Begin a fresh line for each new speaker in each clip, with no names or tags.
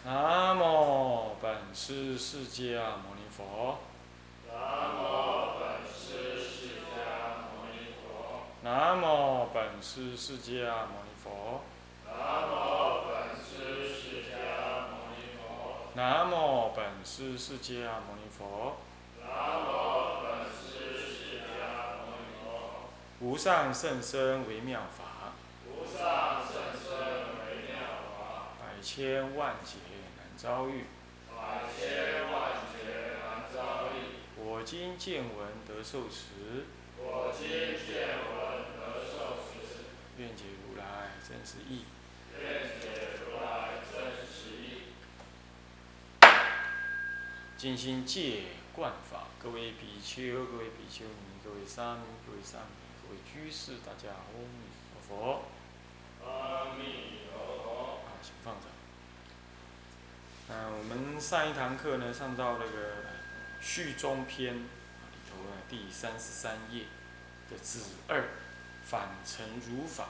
南无本师释迦牟尼佛。
南无本师释迦牟尼佛。
南无本师释迦牟尼佛。
南无本师释迦牟尼佛。
南无本师释迦牟尼佛。
南无本师释迦牟尼佛。
无上甚深微妙法，
无上甚深微妙法，
百千万劫难遭遇。
百千万劫难遭遇。
我今见闻得受持，
我今见闻得受持，
愿解如来真实义。
愿解如来真实义。
尽心戒观法，各位比丘、各位比丘尼、各位沙弥、各位沙弥、各位居士，大家阿弥陀佛。
阿弥陀佛。
好，请放着。我们上一堂课呢，上到那个序中篇里头呢，第33页的子2，反成如法。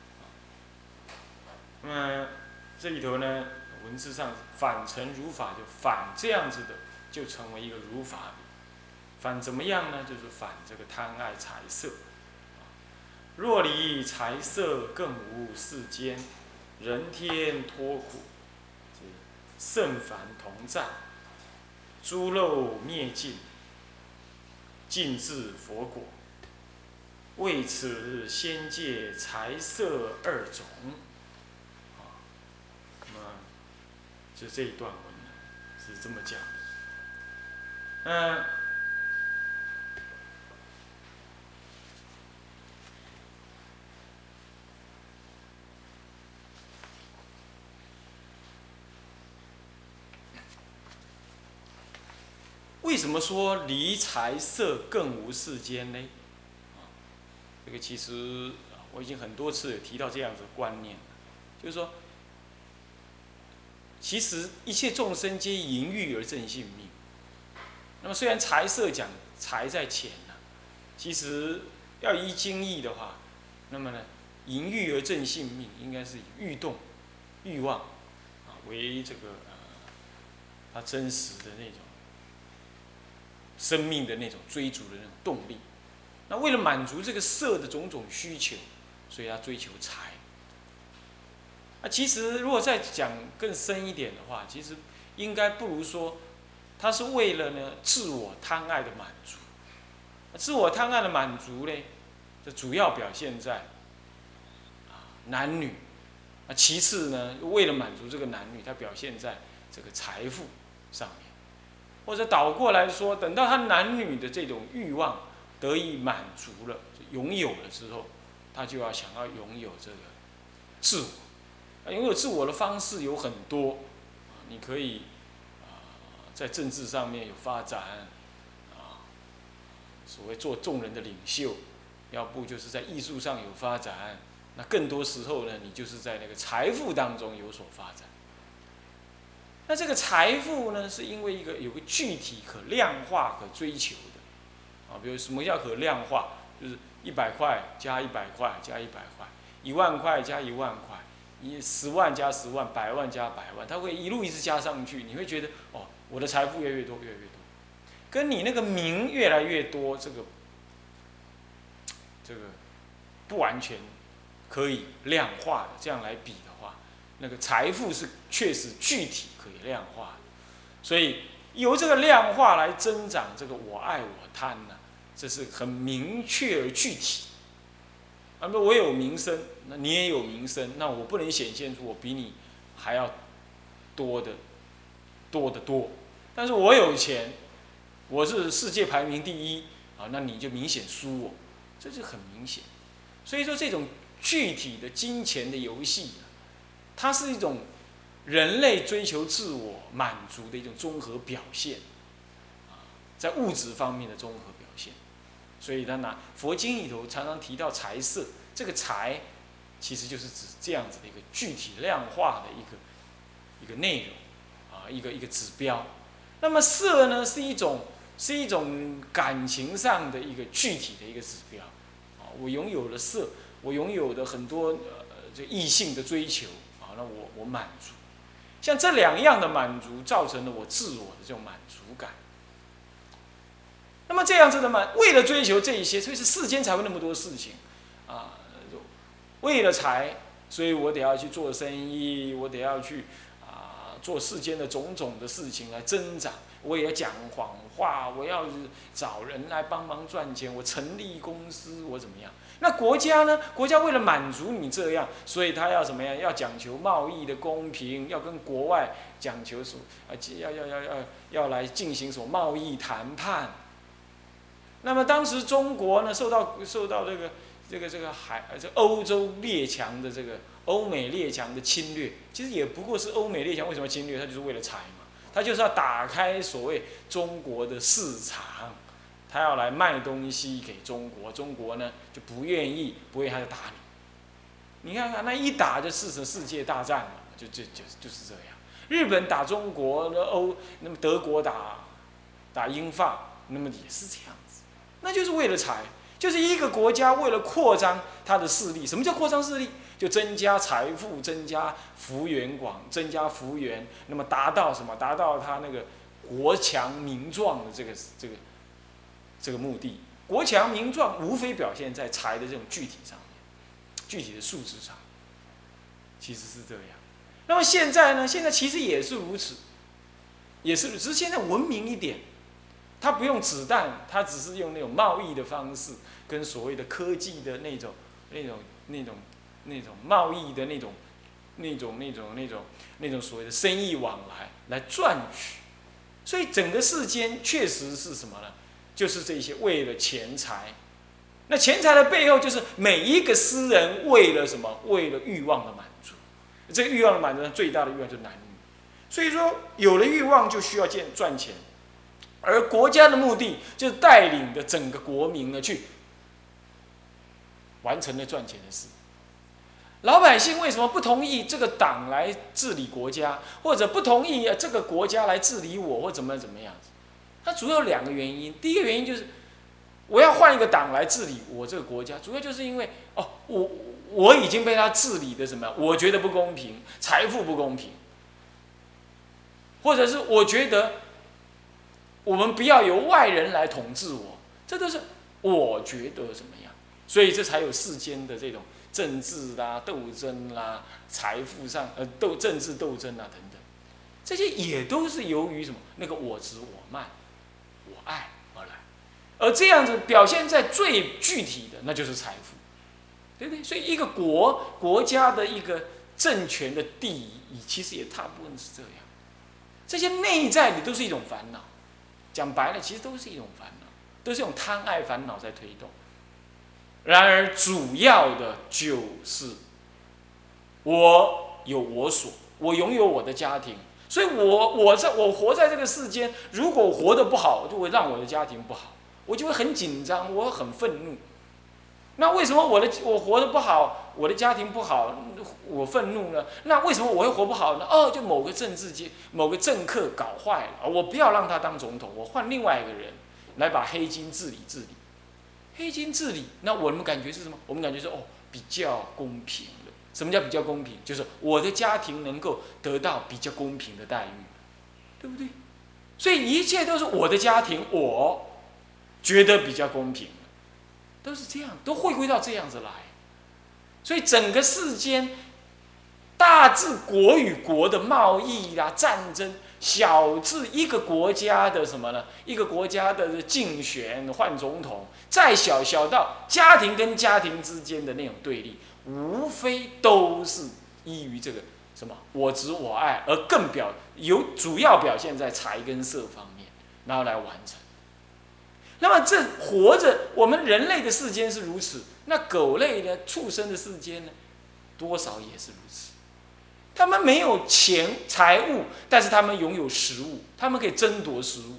那么这里头呢，文字上反成如法，就反这样子的，就成为一个如法理。反怎么样呢？就是反这个贪爱财色。若离财色，更无世间，人天脱苦，圣凡同在，诸漏灭尽，尽至佛果。为此先戒财色2种。那么，就这一段文是这么讲的。为什么说离财色更无世间呢？这个其实我已经很多次有提到这样子的观念，就是说，其实一切众生皆淫欲而正性命。那么虽然财色讲财在前呢，其实要依经义的话，那么呢，淫欲而正性命应该是以欲动、欲望为这个它真实的那种生命的那种追逐的那种动力。那为了满足这个色的种种需求，所以他追求财。其实如果再讲更深一点的话，其实应该不如说，他是为了呢自我贪爱的满足。自我贪爱的满足呢，这主要表现在男女。其次呢，为了满足这个男女，它表现在这个财富上面。或者倒过来说，等到他男女的这种欲望得以满足了、拥有了之后，他就要想要拥有这个自我。拥有自我的方式有很多，你可以在政治上面有发展，所谓做众人的领袖，要不就是在艺术上有发展，那更多时候呢，你就是在那个财富当中有所发展。那这个财富呢，是因为有个具体可量化、可追求的，比如什么叫可量化？就是100块加100块加100块，10000块加10000块，10万加10万，100万加100万，它会一路一直加上去，你会觉得我的财富越来越多，越来越多，跟你那个名越来越多，这个不完全可以量化的，这样来比的话，那个财富是确实具体可以量化的，所以由这个量化来增长这个我爱我贪呢，这是很明确而具体。我有名声，那你也有名声，那我不能显现出我比你还要多得多，但是我有钱，我是世界排名第1，那你就明显输我，这就很明显。所以说这种具体的金钱的游戏，它是一种人类追求自我满足的一种综合表现，在物质方面的综合表现。所以他拿佛经里头常常提到财色，这个财其实就是指这样子的一个具体量化的一个内容，一个指标。那么色呢，是一种感情上的一个具体的一个指标。我拥有了色，我拥有的很多这异性的追求，那我满足。 像这两样的满足，造成了我自我的这种满足感。那么这样子的为了追求这一些，所以是世间才会那么多事情，啊，为了财，所以我得要去做生意，我得要去做世间的种种的事情来增长。我也要讲谎话，我要找人来帮忙赚钱，我成立公司，我怎么样？那国家呢？国家为了满足你这样，所以他要怎么样？要讲求贸易的公平，要跟国外讲求什么？要来进行什么贸易谈判？那么当时中国呢，受到欧洲列强的欧美列强的侵略，其实也不过是欧美列强为什么侵略？他就是为了财嘛，他就是要打开所谓中国的市场，他要来卖东西给中国，中国呢就不愿意他就打你。你看看那一打就是世界大战了，就是这样。日本打中国，那么德国打英法，那么也是这样子，那就是为了财。就是一个国家为了扩张它的势力，什么叫扩张势力？就增加财富，增加幅员，那么达到什么？达到它那个国强民壮的这个目的。国强民壮无非表现在财的这种具体上面，具体的数字上，其实是这样。那么现在呢？现在其实也是如此，只是现在文明一点。他不用子弹，他只是用那种贸易的方式，跟所谓的科技的那种贸易的那种所谓的生意往来赚取，所以整个世间确实是什么呢？就是这些为了钱财，那钱财的背后就是每一个私人为了什么？为了欲望的满足，这个欲望的满足最大的欲望就是男女，所以说有了欲望就需要赚钱。而国家的目的就是带领着整个国民呢去完成了赚钱的事。老百姓为什么不同意这个党来治理国家，或者不同意这个国家来治理我，或怎么样子？它主要有两个原因。第一个原因就是我要换一个党来治理我这个国家，主要就是因为我已经被他治理的什么？我觉得不公平，财富不公平，或者是我觉得。我们不要由外人来统治我，这都是我觉得怎么样，所以这才有世间的这种政治啦、斗争啦、财富上政治斗争啊等等，这些也都是由于什么？那个我执、我慢、我爱而来，而这样子表现在最具体的，那就是财富，对不对？所以一个国家的一个政权的第一，其实也大部分是这样，这些内在的都是一种烦恼。讲白了，其实都是一种烦恼，都是用贪爱烦恼在推动。然而，主要的就是我有我所，我拥有我的家庭，所以我活在这个世间，如果我活得不好，就会让我的家庭不好，我就会很紧张，我很愤怒。那为什么我活得不好，我的家庭不好，我愤怒呢？那为什么我会活不好呢？就某个政客搞坏了，我不要让他当总统，我换另外一个人来把黑金治理。黑金治理，那我们感觉是什么？我们感觉是比较公平了。什么叫比较公平？就是我的家庭能够得到比较公平的待遇，对不对？所以一切都是我的家庭，我觉得比较公平。都是这样，都回归到这样子来，所以整个世间，大至国与国的贸易啦、战争，小至一个国家的什么呢？一个国家的竞选换总统，再小到家庭跟家庭之间的那种对立，无非都是依于这个什么我执我爱，而主要表现在财跟色方面，然后来完成。那么这活着，我们人类的世间是如此，那狗类呢、畜生的世间呢，多少也是如此。他们没有财物，但是他们拥有食物，他们可以争夺食物。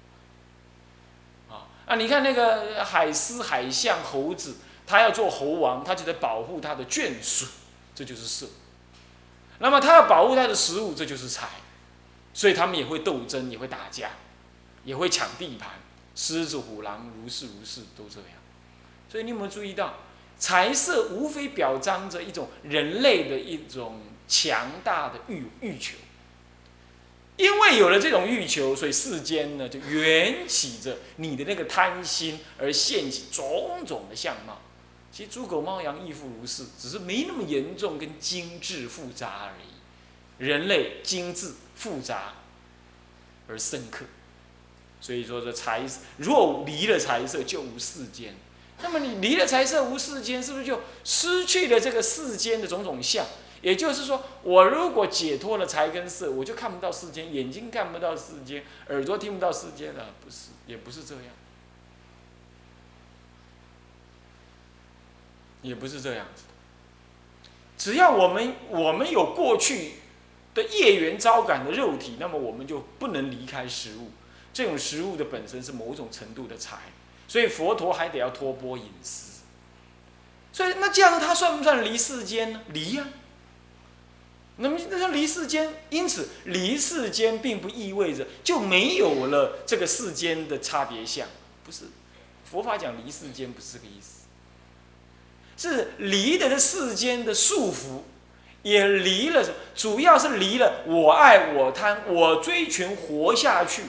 你看那个海狮、海象、猴子，他要做猴王，他就得保护他的眷属，这就是色。那么他要保护他的食物，这就是财。所以他们也会斗争，也会打架，也会抢地盘。狮子、虎、狼，如是都这样。所以你有没有注意到，财色无非表彰着一种人类的一种强大的欲求， 因为有了这种欲求，所以世间呢就缘起着你的那个贪心，而现起种种的相貌。其实猪狗猫羊亦复如是，只是没那么严重跟精致复杂而已。人类精致复杂而深刻，所以说这财若离了财色，就无世间。那么你离了财色无世间，是不是就失去了这个世间的种种相？也就是说，我如果解脱了财跟色，我就看不到世间，眼睛看不到世间，耳朵听不到世间了，不是，也不是这样，也不是这样子。只要我们有过去的业缘招感的肉体，那么我们就不能离开食物。这种食物的本身是某种程度的财，所以佛陀还得要托钵饮食。所以那这样他算不算离世间呢？离呀、那么那离世间，因此离世间并不意味着就没有了这个世间的差别相，不是。佛法讲离世间不是这个意思，是离的这世间的束缚，也离了，主要是离了我爱我贪，我追寻活下去，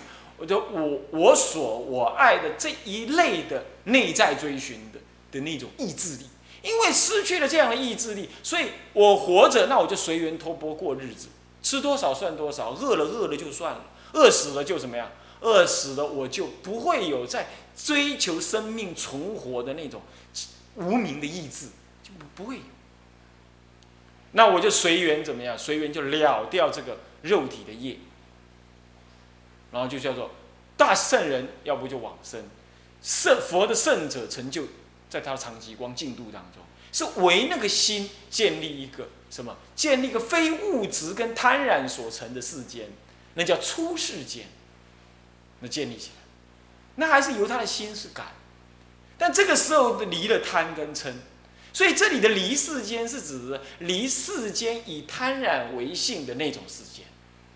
我爱的这一类的内在追寻的那种意志力。因为失去了这样的意志力，所以我活着，那我就随缘托钵过日子，吃多少算多少，饿了就算了，饿死了就怎么样？饿死了我就不会有在追求生命存活的那种无名的意志，就不会有。那我就随缘怎么样？随缘就了掉这个肉体的业，然后就叫做大圣人，要不就往生，佛的圣者成就。在他长极光净土当中，是为那个心建立一个什么？建立一个非物质跟贪染所成的世间，那叫出世间。那建立起来，那还是由他的心是感。但这个时候离了贪跟嗔，所以这里的离世间是指的离世间以贪染为性的那种世间。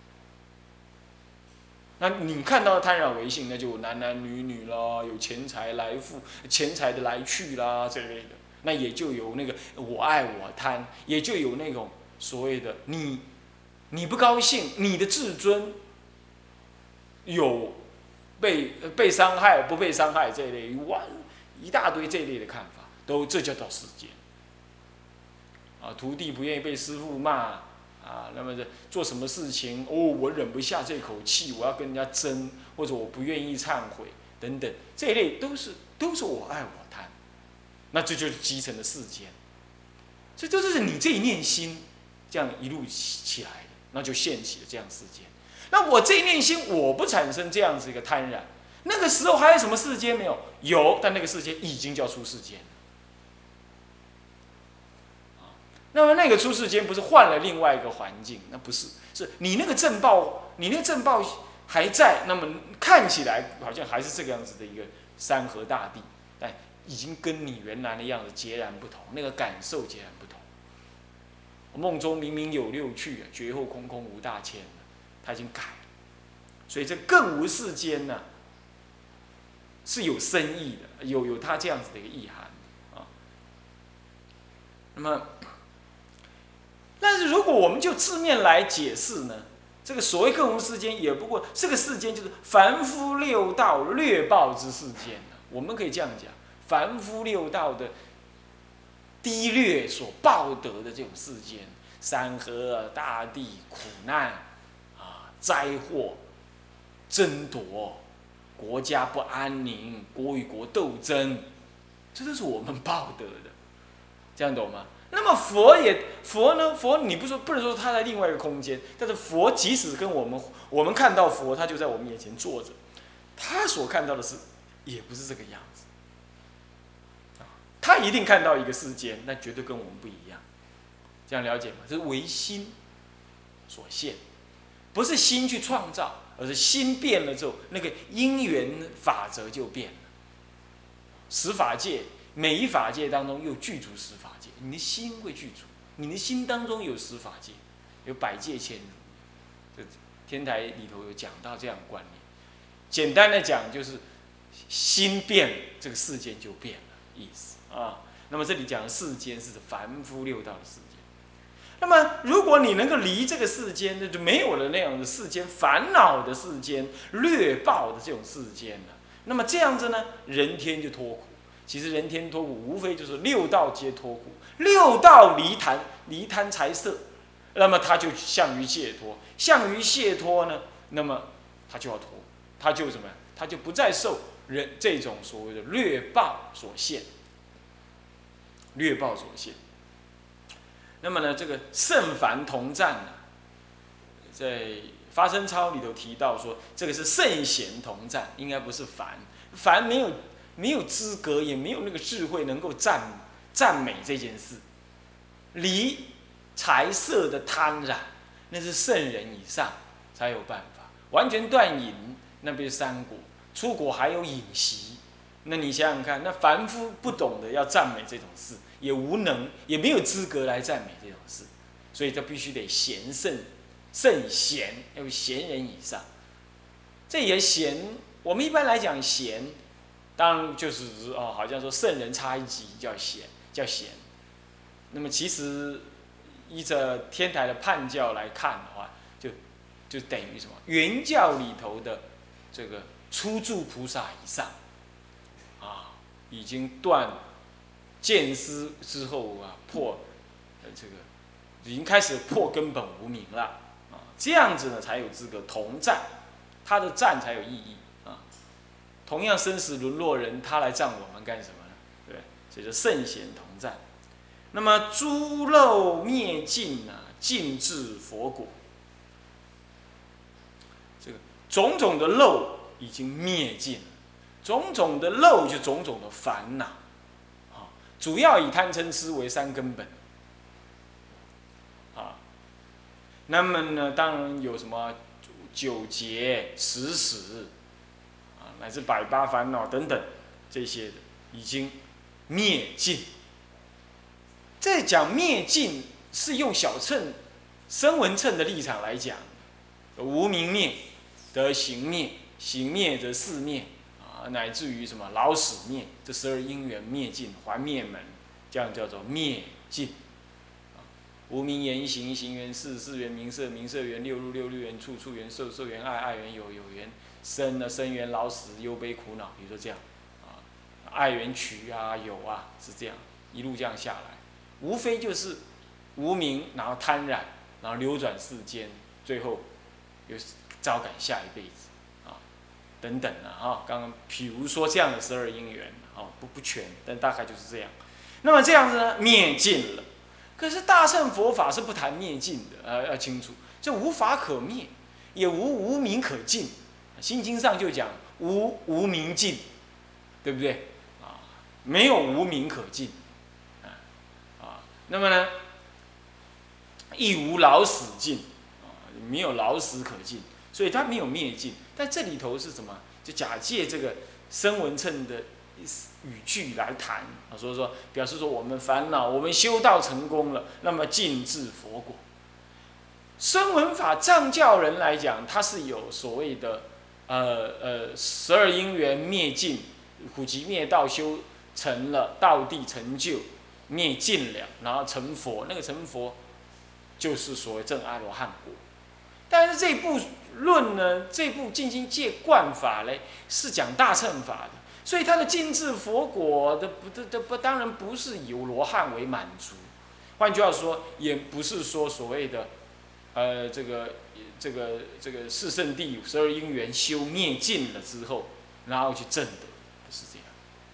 那你看到贪染为性，那就有男男女女啦，有钱财来富，钱财的来去啦这类的，那也就有那个我爱我贪，也就有那种所谓的你不高兴，你的自尊有被伤害不被伤害这一类，一大堆这一类的看法，这叫做世间。徒弟不愿意被师父骂。那么做什么事情我忍不下这口气，我要跟人家争，或者我不愿意忏悔等等，这一类都是我爱我贪，那这就是基层的世间。所以这就是你这一念心，这样一路起来的，那就现起了这样世间。那我这一念心，我不产生这样子一个贪染，那个时候还有什么世间没有？有，但那个世间已经叫出世间。那么那个出世间不是换了另外一个环境，那不是，是你那个正报还在，那么看起来好像还是这个样子的一个山河大地，但已经跟你原来的样子截然不同，那个感受截然不同。梦中明明有六趣，觉后空空无大千，他已经改了，所以这更无世间呢，是有深意的，有他这样子的一个意涵啊。那么。但是如果我们就字面来解释呢，这个所谓更无世间，也不过这个世间就是凡夫六道略报之世间。我们可以这样讲，凡夫六道的低劣所报得的这种世间，山河大地、苦难灾祸、争夺、国家不安宁、国与国斗争，这都是我们报得的，这样懂吗？那么佛呢？佛你不能说他在另外一个空间，但是佛即使跟我们看到佛，他就在我们眼前坐着，他所看到的是也不是这个样子，他一定看到一个世间，那绝对跟我们不一样，这样了解吗？这是唯心所现，不是心去创造，而是心变了之后，那个因缘法则就变了。十法界每一法界当中又具足十法界。你的心会具足，你的心当中有十法界，有百界千如。这天台里头有讲到这样的观念。简单的讲，就是心变，这个世间就变了，意思啊。那么这里讲的世间是凡夫六道的世间。 那么，如果你能够离这个世间，那就没有了那样的世间烦恼的世间、略报的这种世间了。那么这样子呢，人天就脱苦。其实人天脱苦，无非就是六道皆脱苦，六道离贪财色，那么他就向于解脱，向于解脱呢，那么他就要脱，他就什么？他就不再受人这种所谓的略报所限，略报所限。那么呢，这个圣凡同赞呢，在发生操里头提到说，这个是圣贤同赞，应该不是凡，凡没有资格，也没有那个智慧能够赞美这件事。离财色的贪染，那是圣人以上才有办法。完全断饮，那便是三果；出果还有饮习。那你想想看，那凡夫不懂得要赞美这种事，也无能，也没有资格来赞美这种事，所以他必须得贤圣贤，要有贤人以上。这也贤，我们一般来讲贤，当然就是好像说圣人差一级叫贤。那么其实依着天台的判教来看的话，就等于什么？原教里头的这个初住菩萨以上，已经断见思之后破这个已经开始破根本无明了这样子呢才有资格同赞，他的赞才有意义同样生死沦落人，他来赞我们干什么呢？对，所以说圣贤同赞。那么诸漏灭尽尽至佛果。这个种种的漏已经灭尽了，种种的漏就种种的烦恼主要以贪嗔痴为三根本那么呢，当然有什么九劫、十死乃至百八烦恼等等这些的，已经灭尽。在讲灭尽，是用小乘声闻乘的立场来讲，无明灭得行灭，行灭则事灭乃至于什么老死灭，这12因缘灭尽，还灭门，这样叫做灭尽。无明缘行，行缘事，事缘名色，名色缘六入，六入缘处，处缘受，受缘爱，爱缘有，有缘生，生缘老死忧悲苦恼，比如说这样爱缘取有是这样一路这样下来，无非就是无明，然后贪染，然后流转世间，最后又招感下一辈子等等刚刚比如说这样的12因缘不全，但大概就是这样。那么这样子呢，灭尽了。可是大乘佛法是不谈灭尽的要清楚，这无法可灭，也无明可尽。心经上就讲无明尽，对不对没有无明可尽那么呢，亦无老死尽没有老死可尽，所以它没有灭尽。但这里头是什么？就假借这个声闻乘的语句来谈所以说表示说我们烦恼，我们修道成功了，那么尽至佛果。声闻法藏教人来讲，它是有所谓的12因缘灭尽，苦集灭道修成了道地成就，灭尽了，然后成佛。那个成佛就是所谓正阿罗汉果。但是这部论呢，这部净心戒观法呢，是讲大乘法的，所以它的尽至佛果的当然不是以罗汉为满足。换句话说，也不是说所谓的这个四圣谛12因缘修灭尽了之后，然后去证得，不是这样。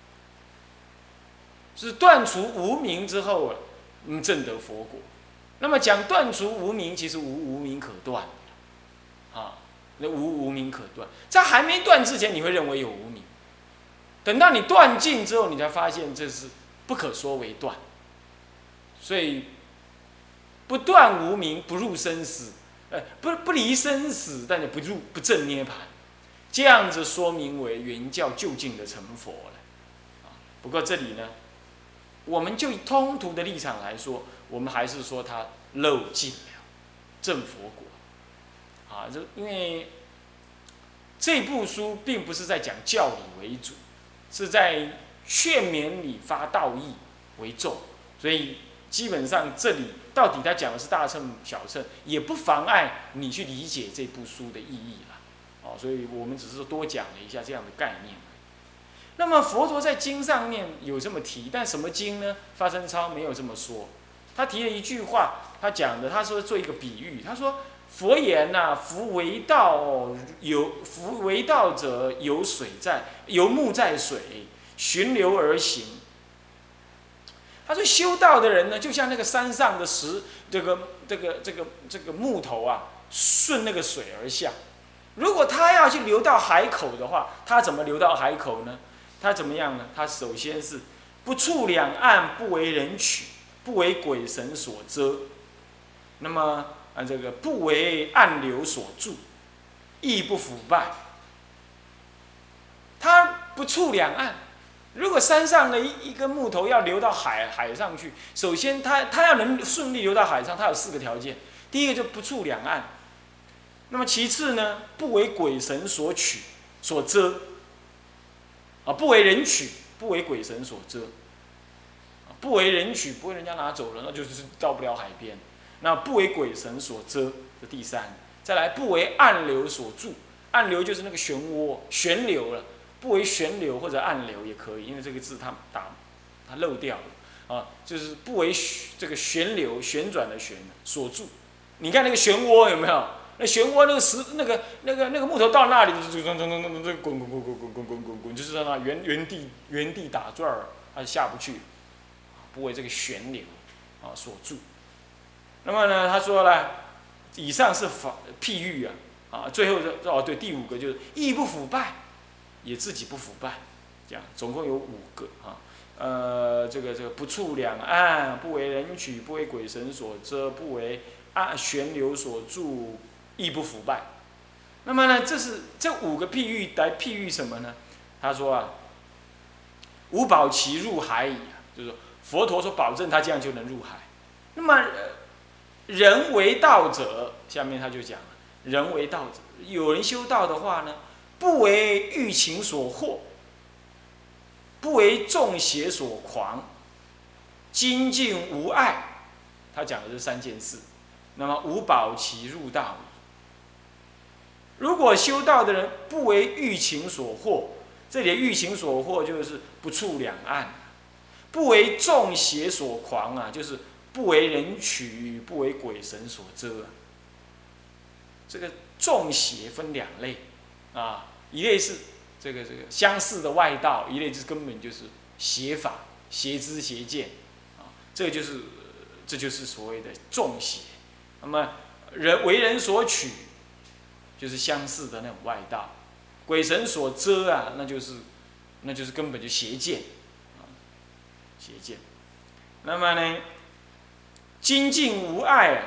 是断除无明之后证得佛果。那么讲断除无明，其实无明可断那无明可断，在还没断之前，你会认为有无明。等到你断尽之后，你才发现这是不可说为断。所以不断无明，不入生死，不离生死，但也不证涅槃，这样子说明为原教究竟的成佛了。不过这里呢，我们就以通途的立场来说，我们还是说他漏尽了证佛果。因为这部书并不是在讲教理为主，是在劝勉你发道义为重，所以基本上这里到底他讲的是大乘小乘，也不妨碍你去理解这部书的意义啦。哦，所以我们只是多讲了一下这样的概念。那么佛陀在经上面有这么提，但什么经呢？法身超没有这么说。他提了一句话，他讲的，他说做一个比喻，他说佛言呐、夫为道夫为道者有水在，有木在水，循流而行。他说修道的人呢，就像那个山上的这个木头啊，顺那个水而下。如果他要去流到海口的话，他怎么流到海口呢？他怎么样呢？他首先是不触两岸，不为人取，不为鬼神所遮。那么这个不为暗流所助，亦不腐败。他不触两岸。如果山上的一根木头要流到海上去，首先他要能顺利流到海上，他有4个条件。第一个就不触两岸。那么其次呢，不为鬼神所取所遮。不为人取，不为鬼神所遮。不为人取，不为人家拿走了，那就是到不了海边。那不为鬼神所遮，这第3。再来，不为暗流所助，暗流就是那个漩涡、旋流了。不为旋流或者暗流也可以，因为这个字它漏掉了就是不为这个旋流旋转的旋所助。你看那个漩涡有没有？那漩涡那个木头到那里就滚，就是让它原地打转儿，它下不去。不为这个旋流所助。那么呢，他说了，以上是譬喻最后对，第5个就是亦不腐败，也自己不腐败，这样总共有5个这个不触两岸，不为人取，不为鬼神所遮，不为旋流所助，亦不腐败。那么呢，这5个譬喻来譬喻什么呢？他说无保其入海矣，就是说佛陀说保证他这样就能入海。那么人为道者，下面他就讲了，人为道者，有人修道的话呢，不为欲情所惑，不为众邪所狂，精进无碍。他讲的是3件事。那么无保其入道矣。如果修道的人不为欲情所惑，这里的欲情所惑就是不触两岸，不为众邪所狂就是不为人取，不为鬼神所遮。这个众邪分2类一类是这个相似的外道，一类就是根本就是邪法、邪知邪见这就是所谓的众邪。那么为人所取，就是相似的那种外道；鬼神所遮那就是根本就邪见邪见。那么呢，精进无碍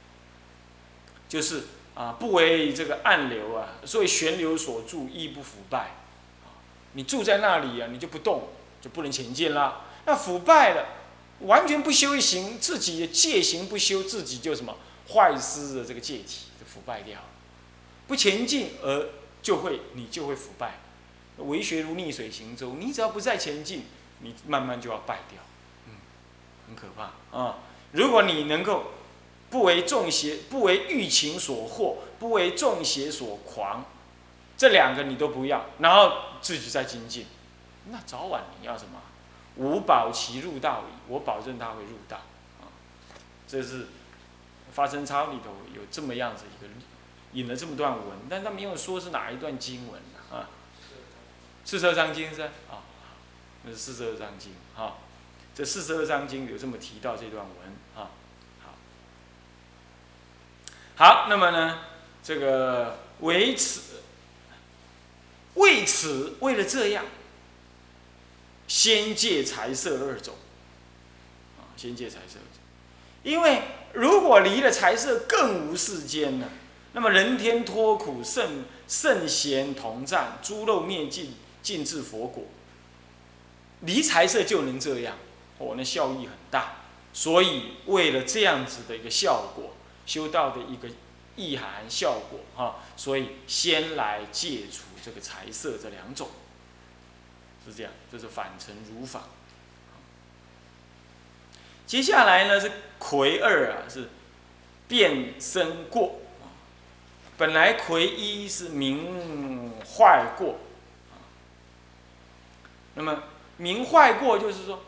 就是不为这个暗流所以旋流所助，亦不腐败。你住在那里你就不动，就不能前进啦。那腐败了，完全不修行，自己的戒行不修，自己就什么坏失了这个戒体，就腐败掉了。不前进你就会腐败。为学如逆水行舟，你只要不再前进，你慢慢就要败掉。很可怕如果你能够不为众邪，不为欲情所惑，不为众邪所狂，这2个你都不要，然后自己再精进，那早晚你要什么？无保其入道矣，我保证他会入道这是法身抄里头有这么样子一个引了这么段文，但他没有说是哪一段经文42章经是那是42章经这42章经有这么提到这段文好，那么呢，这个为了这样，先戒财色2种先戒财色2种。因为如果离了财色，更无世间了。那么人天脱苦，圣贤同赞，诸漏灭尽，尽至佛果。离财色就能这样那效益很大。所以为了这样子的一个效果，修道的一个意涵效果所以先来戒除这个财色这2种，是这样，这是反成如法。 接下来呢是癸二啊，是变生过。本来癸一是明坏过，那么明坏过就是说，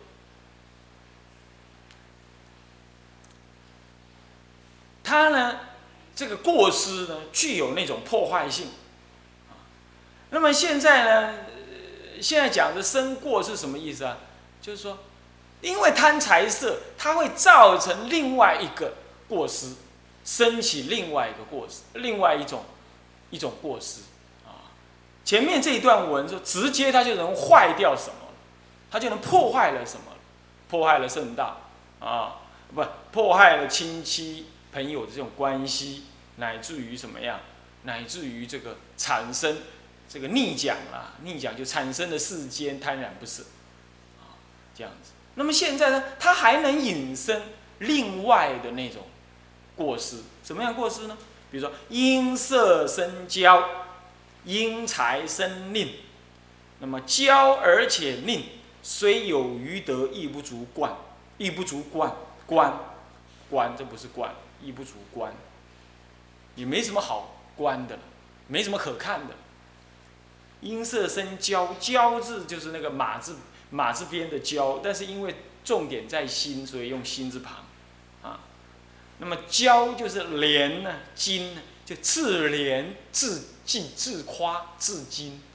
它呢这个过失呢具有那种破坏性。那么现在呢，现在讲的生过是什么意思啊？就是说，因为贪财色，它会造成另外一个过失，升起另外一个过失，另外一种过失啊。前面这一段文说，直接它就能坏掉什么了，它就能破坏了什么，破坏了圣道啊，不破坏了亲戚朋友的这种关系，乃至于什么样，乃至于这个产生这个逆讲啊，逆讲就产生了世间贪婪不舍啊，这样子。那么现在呢，它还能引申另外的那种过失，什么样过失呢？比如说因色生骄，因财生佞。那么骄而且佞，虽有余德，亦不足观，亦不足观，这不是观，亦不足观，也没什么好观的了，没什么可看的。因色生骄，骄字就是那个马字边的骄，但是因为重点在心，所以用心字旁，啊。那么骄就是廉呢，矜呢，就自怜、自夸、自矜，